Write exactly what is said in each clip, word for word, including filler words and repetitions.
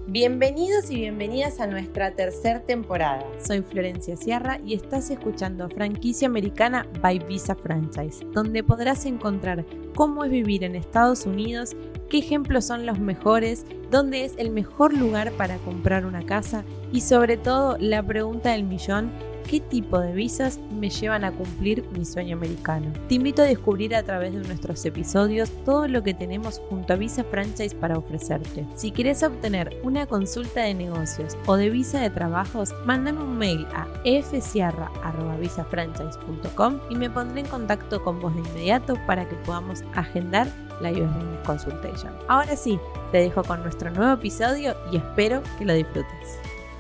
Bienvenidos y bienvenidas a nuestra tercera temporada. Soy Florencia Sierra y estás escuchando Franquicia Americana by Visa Franchise, donde podrás encontrar cómo es vivir en Estados Unidos, qué ejemplos son los mejores, dónde es el mejor lugar para comprar una casa y sobre todo la pregunta del millón: ¿qué tipo de visas me llevan a cumplir mi sueño americano? Te invito a descubrir a través de nuestros episodios todo lo que tenemos junto a Visa Franchise para ofrecerte. Si quieres obtener una consulta de negocios o de visa de trabajos, mándame un mail a f sierra arroba visa franchise punto com y me pondré en contacto con vos de inmediato para que podamos agendar la U S Business Consultation. Ahora sí, te dejo con nuestro nuevo episodio y espero que lo disfrutes.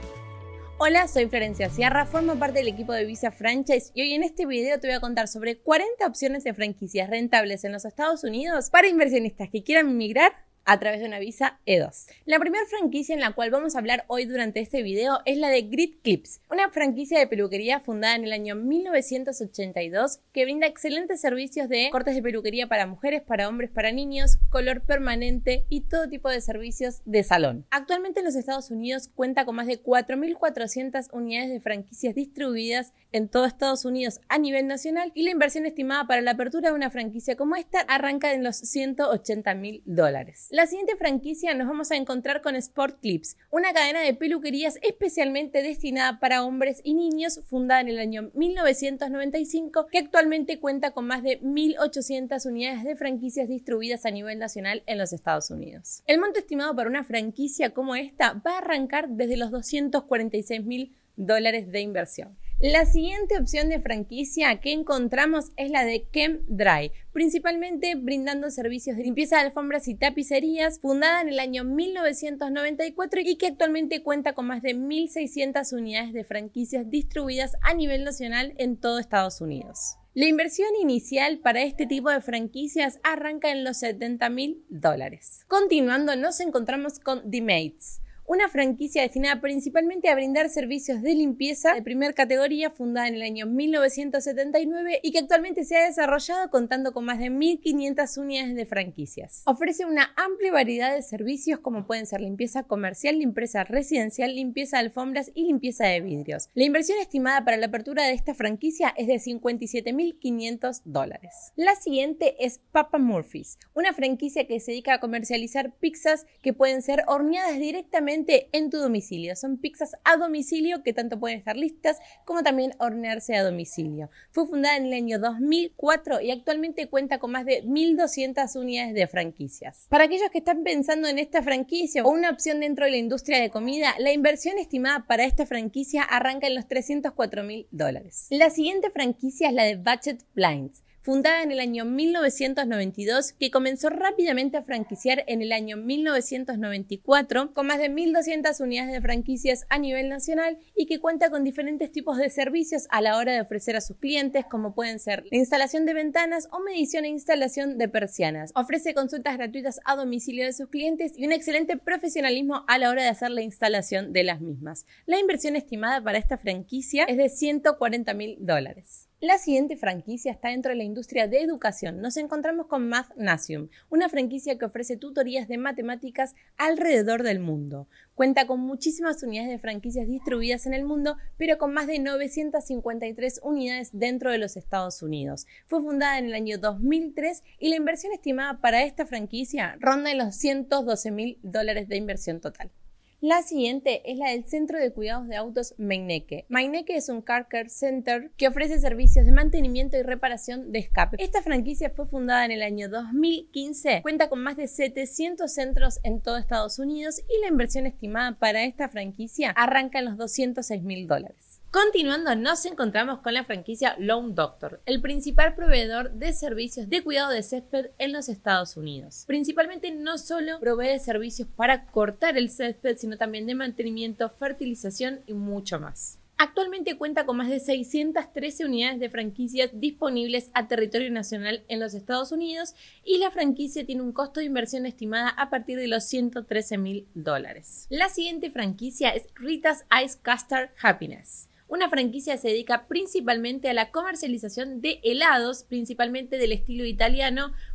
Hola, soy Florencia Sierra, formo parte del equipo de Visa Franchise y hoy en este video te voy a contar sobre cuarenta opciones de franquicias rentables en los Estados Unidos para inversionistas que quieran inmigrar a través de una visa E dos. La primera franquicia en la cual vamos a hablar hoy durante este video es la de Grit Clips, una franquicia de peluquería fundada en el año mil novecientos ochenta y dos que brinda excelentes servicios de cortes de peluquería para mujeres, para hombres, para niños, color permanente y todo tipo de servicios de salón. Actualmente en los Estados Unidos cuenta con más de cuatro mil cuatrocientas unidades de franquicias distribuidas en todo Estados Unidos a nivel nacional y la inversión estimada para la apertura de una franquicia como esta arranca en los ciento ochenta mil dólares. La siguiente franquicia nos vamos a encontrar con Sport Clips, una cadena de peluquerías especialmente destinada para hombres y niños, fundada en el año mil novecientos noventa y cinco, que actualmente cuenta con más de mil ochocientas unidades de franquicias distribuidas a nivel nacional en los Estados Unidos. El monto estimado para una franquicia como esta va a arrancar desde los doscientos cuarenta y seis mil dólares de inversión. La siguiente opción de franquicia que encontramos es la de Chem Dry, principalmente brindando servicios de limpieza de alfombras y tapicerías, fundada en el año mil novecientos noventa y cuatro y que actualmente cuenta con más de mil seiscientas unidades de franquicias distribuidas a nivel nacional en todo Estados Unidos. La inversión inicial para este tipo de franquicias arranca en los setenta mil dólares. Continuando, nos encontramos con The Mates, una franquicia destinada principalmente a brindar servicios de limpieza de primera categoría, fundada en el año mil novecientos setenta y nueve y que actualmente se ha desarrollado contando con más de mil quinientas unidades de franquicias. Ofrece una amplia variedad de servicios como pueden ser limpieza comercial, limpieza residencial, limpieza de alfombras y limpieza de vidrios. La inversión estimada para la apertura de esta franquicia es de cincuenta y siete mil quinientos dólares. La siguiente es Papa Murphy's, una franquicia que se dedica a comercializar pizzas que pueden ser horneadas directamente en tu domicilio. Son pizzas a domicilio que tanto pueden estar listas como también hornearse a domicilio. Fue fundada en el año dos mil cuatro y actualmente cuenta con más de mil doscientas unidades de franquicias. Para aquellos que están pensando en esta franquicia o una opción dentro de la industria de comida, la inversión estimada para esta franquicia arranca en los trescientos cuatro mil dólares. La siguiente franquicia es la de Budget Blinds, fundada en el año mil novecientos noventa y dos, que comenzó rápidamente a franquiciar en el año mil novecientos noventa y cuatro, con más de mil doscientas unidades de franquicias a nivel nacional y que cuenta con diferentes tipos de servicios a la hora de ofrecer a sus clientes, como pueden ser la instalación de ventanas o medición e instalación de persianas. Ofrece consultas gratuitas a domicilio de sus clientes y un excelente profesionalismo a la hora de hacer la instalación de las mismas. La inversión estimada para esta franquicia es de ciento cuarenta mil dólares. La siguiente franquicia está dentro de la industria de educación. Nos encontramos con Mathnasium, una franquicia que ofrece tutorías de matemáticas alrededor del mundo. Cuenta con muchísimas unidades de franquicias distribuidas en el mundo, pero con más de novecientas cincuenta y tres unidades dentro de los Estados Unidos. Fue fundada en el año dos mil tres y la inversión estimada para esta franquicia ronda en los ciento doce mil dólares de inversión total. La siguiente es la del Centro de Cuidados de Autos Meineke. Meineke es un Car Care Center que ofrece servicios de mantenimiento y reparación de escape. Esta franquicia fue fundada en el año dos mil quince, cuenta con más de setecientos centros en todo Estados Unidos y la inversión estimada para esta franquicia arranca en los doscientos seis mil dólares. Continuando, nos encontramos con la franquicia Lawn Doctor, el principal proveedor de servicios de cuidado de césped en los Estados Unidos. Principalmente no solo provee servicios para cortar el césped, sino también de mantenimiento, fertilización y mucho más. Actualmente cuenta con más de seiscientas trece unidades de franquicias disponibles a territorio nacional en los Estados Unidos y la franquicia tiene un costo de inversión estimada a partir de los ciento trece mil dólares. La siguiente franquicia es Rita's Ice Custard Happiness. Una franquicia se dedica principalmente a la comercialización de helados, principalmente del estilo italiano,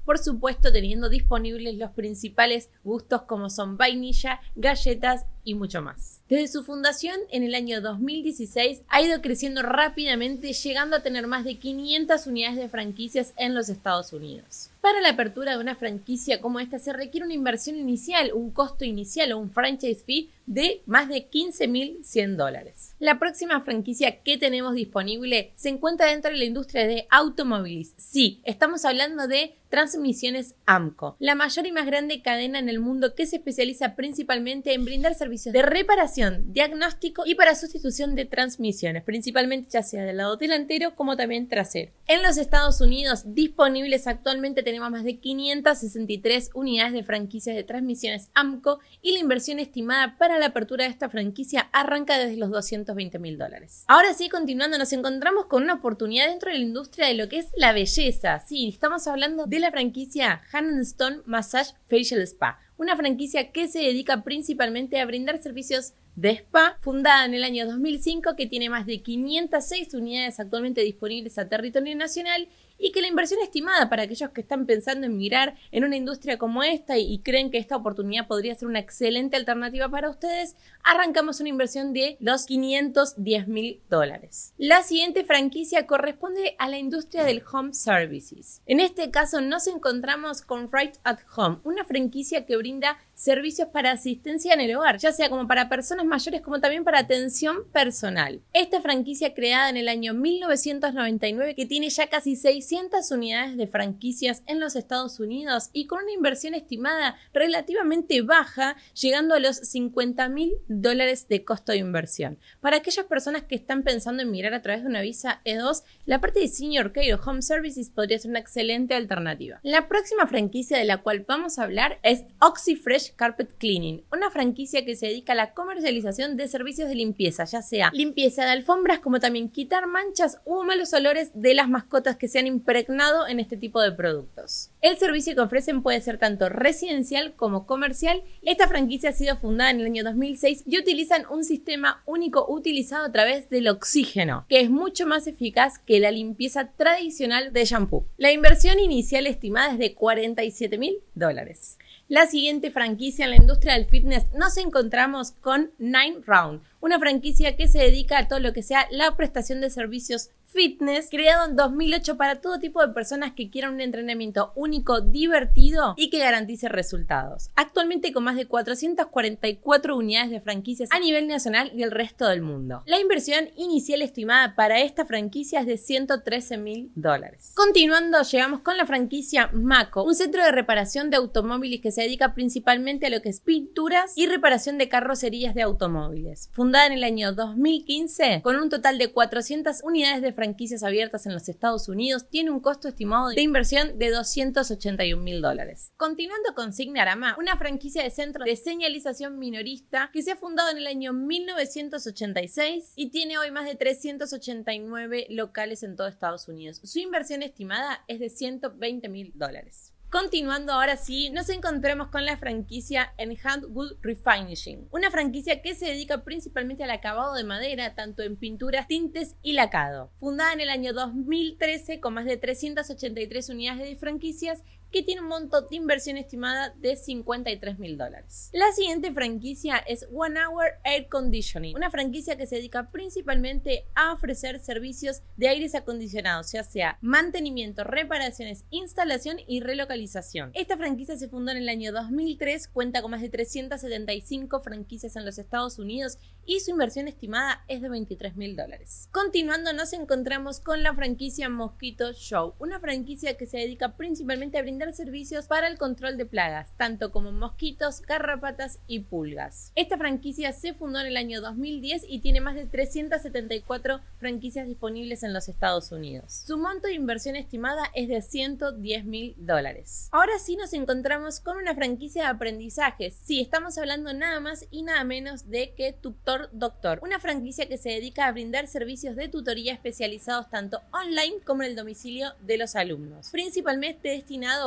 por supuesto teniendo disponibles los principales gustos como son vainilla, galletas y mucho más. Desde su fundación en el año dos mil dieciséis ha ido creciendo rápidamente, llegando a tener más de quinientas unidades de franquicias en los Estados Unidos. Para la apertura de una franquicia como esta se requiere una inversión inicial, un costo inicial o un franchise fee de más de quince mil cien dólares. La próxima franquicia que tenemos disponible se encuentra dentro de la industria de automóviles. Sí, estamos hablando de Transmisiones AMCO, la mayor y más grande cadena en el mundo que se especializa principalmente en brindar servicios de reparación, diagnóstico y para sustitución de transmisiones, principalmente ya sea del lado delantero como también trasero. En los Estados Unidos disponibles actualmente tenemos más de quinientas sesenta y tres unidades de franquicias de Transmisiones AMCO y la inversión estimada para la apertura de esta franquicia arranca desde los doscientos veinte mil dólares. Ahora sí, continuando, nos encontramos con una oportunidad dentro de la industria de lo que es la belleza. Sí, estamos hablando de la franquicia Hannah Stone Massage Facial Spa, una franquicia que se dedica principalmente a brindar servicios de spa, fundada en el año dos mil cinco, que tiene más de quinientas seis unidades actualmente disponibles a territorio nacional y que la inversión estimada para aquellos que están pensando en migrar en una industria como esta y, y creen que esta oportunidad podría ser una excelente alternativa para ustedes, arrancamos una inversión de los quinientos diez mil dólares. La siguiente franquicia corresponde a la industria del home services. En este caso nos encontramos con Right at Home, una franquicia que brinda servicios para asistencia en el hogar, ya sea como para personas mayores como también para atención personal. Esta franquicia creada en el año mil novecientos noventa y nueve que tiene ya casi seiscientas unidades de franquicias en los Estados Unidos y con una inversión estimada relativamente baja, llegando a los cincuenta mil dólares de costo de inversión. Para aquellas personas que están pensando en migrar a través de una visa E dos, la parte de Senior Care o Home Services podría ser una excelente alternativa. La próxima franquicia de la cual vamos a hablar es OxyFresh Carpet Cleaning, una franquicia que se dedica a la comercialización de servicios de limpieza, ya sea limpieza de alfombras como también quitar manchas o malos olores de las mascotas que se han impregnado en este tipo de productos. El servicio que ofrecen puede ser tanto residencial como comercial. Esta franquicia ha sido fundada en el año dos mil seis y utilizan un sistema único utilizado a través del oxígeno, que es mucho más eficaz que la limpieza tradicional de shampoo. La inversión inicial estimada es de cuarenta y siete mil dólares. La siguiente franquicia en la industria del fitness nos encontramos con Nine Round, una franquicia que se dedica a todo lo que sea la prestación de servicios fitness, creado en dos mil ocho para todo tipo de personas que quieran un entrenamiento único, divertido y que garantice resultados. Actualmente con más de cuatrocientas cuarenta y cuatro unidades de franquicias a nivel nacional y el resto del mundo. La inversión inicial estimada para esta franquicia es de ciento trece mil dólares. Continuando, llegamos con la franquicia Mako, un centro de reparación de automóviles que se dedica principalmente a lo que es pinturas y reparación de carrocerías de automóviles. Fundada en el año dos mil quince, con un total de cuatrocientas unidades de franquicias abiertas en los Estados Unidos, tiene un costo estimado de inversión de doscientos ochenta y un mil dólares. Continuando con Signarama, una franquicia de centro de señalización minorista que se ha fundado en el año mil novecientos ochenta y seis y tiene hoy más de trescientos ochenta y nueve locales en todo Estados Unidos. Su inversión estimada es de ciento veinte mil dólares. Continuando ahora sí, nos encontramos con la franquicia Enhanced Wood Refinishing, una franquicia que se dedica principalmente al acabado de madera, tanto en pinturas, tintes y lacado. Fundada en el año dos mil trece con más de trescientas ochenta y tres unidades de franquicias que tiene un monto de inversión estimada de cincuenta y tres mil dólares. La siguiente franquicia es One Hour Air Conditioning, una franquicia que se dedica principalmente a ofrecer servicios de aires acondicionados, ya sea mantenimiento, reparaciones, instalación y relocalización. Esta franquicia se fundó en el año dos mil tres, cuenta con más de trescientas setenta y cinco franquicias en los Estados Unidos y su inversión estimada es de veintitrés mil dólares. Continuando, nos encontramos con la franquicia Mosquito Show, una franquicia que se dedica principalmente a brindar servicios para el control de plagas, tanto como mosquitos, garrapatas y pulgas. Esta franquicia se fundó en el año dos mil diez y tiene más de trescientas setenta y cuatro franquicias disponibles en los Estados Unidos. Su monto de inversión estimada es de ciento diez mil dólares. Ahora sí nos encontramos con una franquicia de aprendizaje. Sí, estamos hablando nada más y nada menos de que Tutor Doctor, una franquicia que se dedica a brindar servicios de tutoría especializados tanto online como en el domicilio de los alumnos, principalmente destinado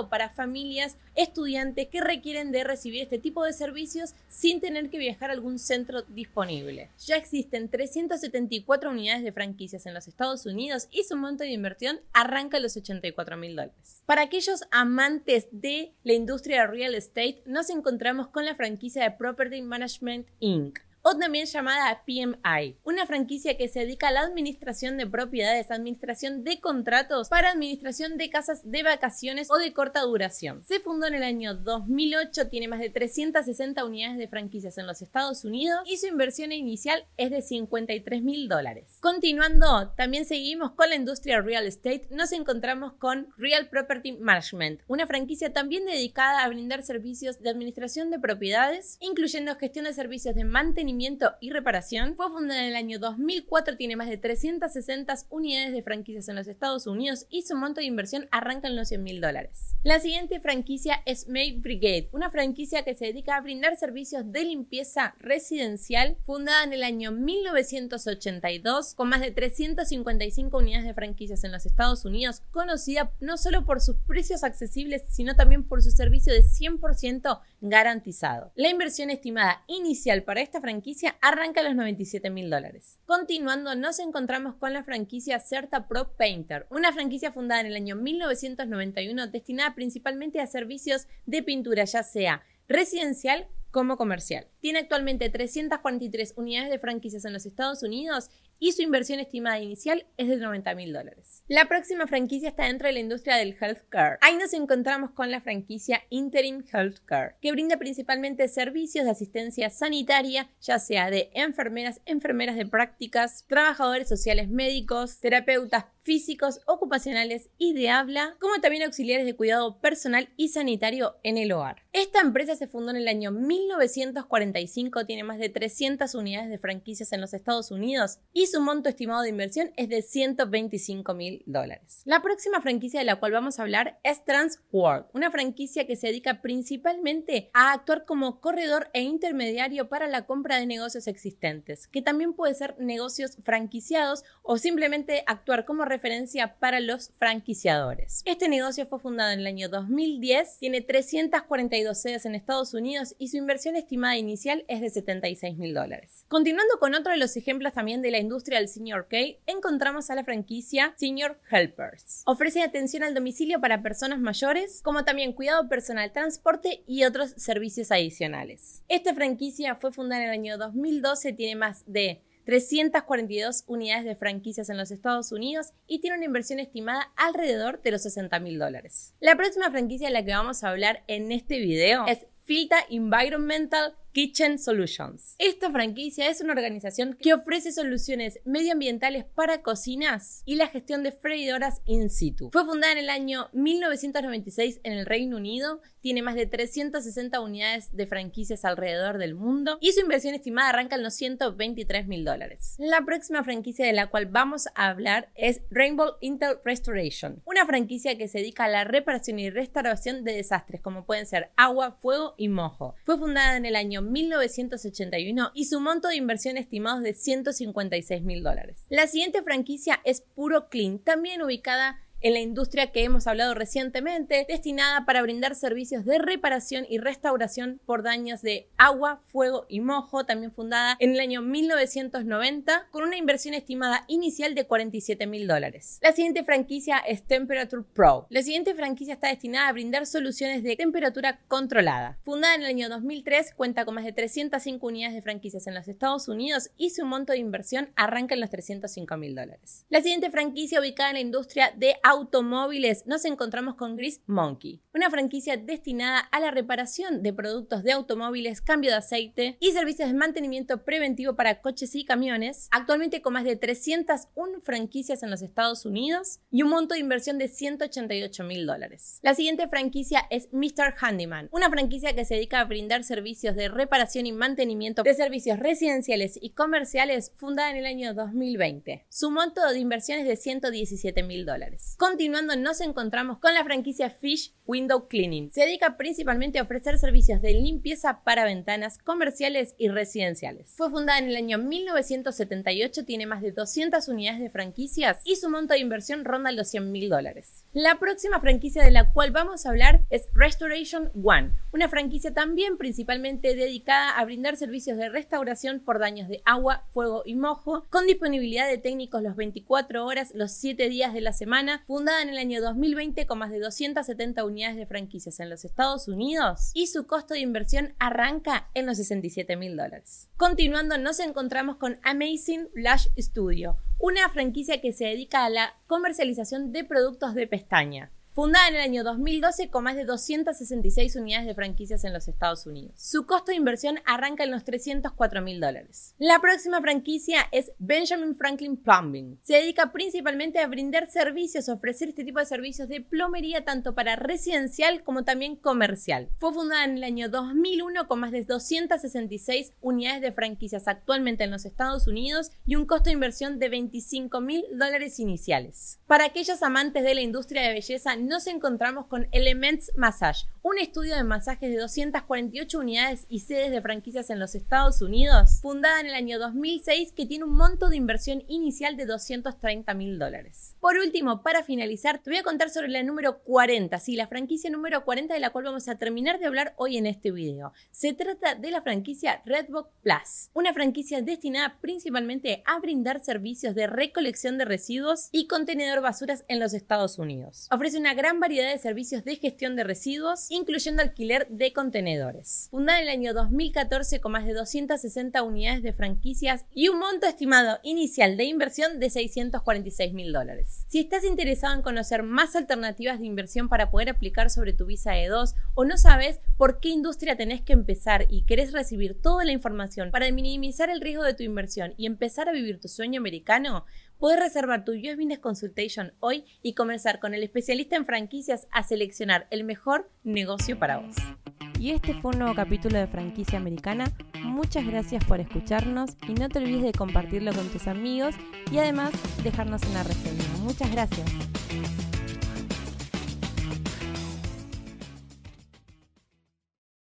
diseñado para familias, estudiantes que requieren de recibir este tipo de servicios sin tener que viajar a algún centro disponible. Ya existen trescientas setenta y cuatro unidades de franquicias en los Estados Unidos y su monto de inversión arranca en los ochenta y cuatro mil dólares. Para aquellos amantes de la industria de real estate, nos encontramos con la franquicia de Property Management incorporated, o también llamada P M I, una franquicia que se dedica a la administración de propiedades, administración de contratos para administración de casas de vacaciones o de corta duración. Se fundó en el año dos mil ocho, tiene más de trescientas sesenta unidades de franquicias en los Estados Unidos y su inversión inicial es de cincuenta y tres mil dólares. Continuando, también seguimos con la industria real estate, nos encontramos con Real Property Management, una franquicia también dedicada a brindar servicios de administración de propiedades, incluyendo gestión de servicios de mantenimiento y reparación. Fue fundada en el año dos mil cuatro, tiene más de trescientas sesenta unidades de franquicias en los Estados Unidos y su monto de inversión arranca en los cien mil dólares. La siguiente franquicia es May Brigade, una franquicia que se dedica a brindar servicios de limpieza residencial, fundada en el año mil novecientos ochenta y dos, con más de trescientas cincuenta y cinco unidades de franquicias en los Estados Unidos, conocida no solo por sus precios accesibles, sino también por su servicio de cien por ciento garantizado. La inversión estimada inicial para esta franquicia arranca a los noventa y siete mil dólares. Continuando, nos encontramos con la franquicia CertaPro Painter, una franquicia fundada en el año mil novecientos noventa y uno destinada principalmente a servicios de pintura, ya sea residencial como comercial. Tiene actualmente trescientas cuarenta y tres unidades de franquicias en los Estados Unidos y su inversión estimada inicial es de noventa mil dólares. La próxima franquicia está dentro de la industria del healthcare. Ahí nos encontramos con la franquicia Interim Healthcare, que brinda principalmente servicios de asistencia sanitaria, ya sea de enfermeras, enfermeras de prácticas, trabajadores sociales médicos, terapeutas físicos, ocupacionales y de habla, como también auxiliares de cuidado personal y sanitario en el hogar. Esta empresa se fundó en el año mil novecientos cuarenta y cinco, tiene más de trescientas unidades de franquicias en los Estados Unidos y su monto estimado de inversión es de ciento veinticinco mil dólares. La próxima franquicia de la cual vamos a hablar es Transworld, una franquicia que se dedica principalmente a actuar como corredor e intermediario para la compra de negocios existentes, que también puede ser negocios franquiciados o simplemente actuar como referencia para los franquiciadores. Este negocio fue fundado en el año dos mil diez, tiene trescientas cuarenta y dos sedes en Estados Unidos y su inversión estimada inicial es de setenta y seis mil dólares. Continuando con otro de los ejemplos también de la industria del Senior Care, encontramos a la franquicia Senior Helpers. Ofrece atención al domicilio para personas mayores, como también cuidado personal, transporte y otros servicios adicionales. Esta franquicia fue fundada en el año dos mil doce, tiene más de trescientas cuarenta y dos unidades de franquicias en los Estados Unidos y tiene una inversión estimada alrededor de los sesenta mil dólares. La próxima franquicia de la que vamos a hablar en este video es Filta Environmental Kitchen Solutions. Esta franquicia es una organización que ofrece soluciones medioambientales para cocinas y la gestión de freidoras in situ. Fue fundada en el año mil novecientos noventa y seis en el Reino Unido, tiene más de trescientas sesenta unidades de franquicias alrededor del mundo y su inversión estimada arranca en los ciento veintitrés mil dólares. La próxima franquicia de la cual vamos a hablar es Rainbow Intel Restoration, una franquicia que se dedica a la reparación y restauración de desastres como pueden ser agua, fuego y mojo. Fue fundada en el año mil novecientos ochenta y uno y su monto de inversión estimado es de ciento cincuenta y seis mil dólares. La siguiente franquicia es Puro Clean, también ubicada en la industria que hemos hablado recientemente, destinada para brindar servicios de reparación y restauración por daños de agua, fuego y mojo, también fundada en el año mil novecientos noventa, con una inversión estimada inicial de cuarenta y siete mil dólares. La siguiente franquicia es Temperature Pro. La siguiente franquicia está destinada a brindar soluciones de temperatura controlada. Fundada en el año dos mil tres, cuenta con más de trescientas cinco unidades de franquicias en los Estados Unidos y su monto de inversión arranca en los trescientos cinco mil dólares. La siguiente franquicia, ubicada en la industria de automóviles, nos encontramos con Grease Monkey, una franquicia destinada a la reparación de productos de automóviles, cambio de aceite y servicios de mantenimiento preventivo para coches y camiones, actualmente con más de trescientas una franquicias en los Estados Unidos y un monto de inversión de ciento ochenta y ocho mil dólares. La siguiente franquicia es mister Handyman, una franquicia que se dedica a brindar servicios de reparación y mantenimiento de servicios residenciales y comerciales, fundada en el año dos mil veinte. Su monto de inversión es de ciento diecisiete mil dólares. Continuando, nos encontramos con la franquicia Fish Window Cleaning. Se dedica principalmente a ofrecer servicios de limpieza para ventanas comerciales y residenciales. Fue fundada en el año mil novecientos setenta y ocho, tiene más de doscientas unidades de franquicias y su monto de inversión ronda los cien mil dólares. La próxima franquicia de la cual vamos a hablar es Restoration One, una franquicia también principalmente dedicada a brindar servicios de restauración por daños de agua, fuego y mojo, con disponibilidad de técnicos los veinticuatro horas, los siete días de la semana, fundada en el año dos mil veinte con más de doscientas setenta unidades de franquicias en los Estados Unidos y su costo de inversión arranca en los sesenta y siete mil dólares. Continuando, nos encontramos con Amazing Lash Studio, una franquicia que se dedica a la comercialización de productos de pestaña. Fundada en el año dos mil doce con más de doscientas sesenta y seis unidades de franquicias en los Estados Unidos. Su costo de inversión arranca en los trescientos cuatro mil dólares. La próxima franquicia es Benjamin Franklin Plumbing. Se dedica principalmente a brindar servicios, ofrecer este tipo de servicios de plomería tanto para residencial como también comercial. Fue fundada en el año dos mil uno con más de doscientas sesenta y seis unidades de franquicias actualmente en los Estados Unidos y un costo de inversión de veinticinco mil dólares iniciales. Para aquellos amantes de la industria de belleza, nos encontramos con Elements Massage, un estudio de masajes de doscientas cuarenta y ocho unidades y sedes de franquicias en los Estados Unidos, fundada en el año dos mil seis, que tiene un monto de inversión inicial de doscientos treinta mil dólares. Por último, para finalizar, te voy a contar sobre la número cuarenta, sí, la franquicia número cuarenta de la cual vamos a terminar de hablar hoy en este video. Se trata de la franquicia Redbox Plus, una franquicia destinada principalmente a brindar servicios de recolección de residuos y contenedor basuras en los Estados Unidos. Ofrece una gran variedad de servicios de gestión de residuos, incluyendo alquiler de contenedores. Fundada en el año dos mil catorce con más de doscientas sesenta unidades de franquicias y un monto estimado inicial de inversión de seiscientos cuarenta y seis mil dólares. Si estás interesado en conocer más alternativas de inversión para poder aplicar sobre tu visa E dos o no sabes por qué industria tenés que empezar y querés recibir toda la información para minimizar el riesgo de tu inversión y empezar a vivir tu sueño americano, puedes reservar tu U S Business Consultation hoy y comenzar con el especialista en franquicias a seleccionar el mejor negocio para vos. Y este fue un nuevo capítulo de Franquicia Americana. Muchas gracias por escucharnos y no te olvides de compartirlo con tus amigos y además dejarnos una reseña. Muchas gracias.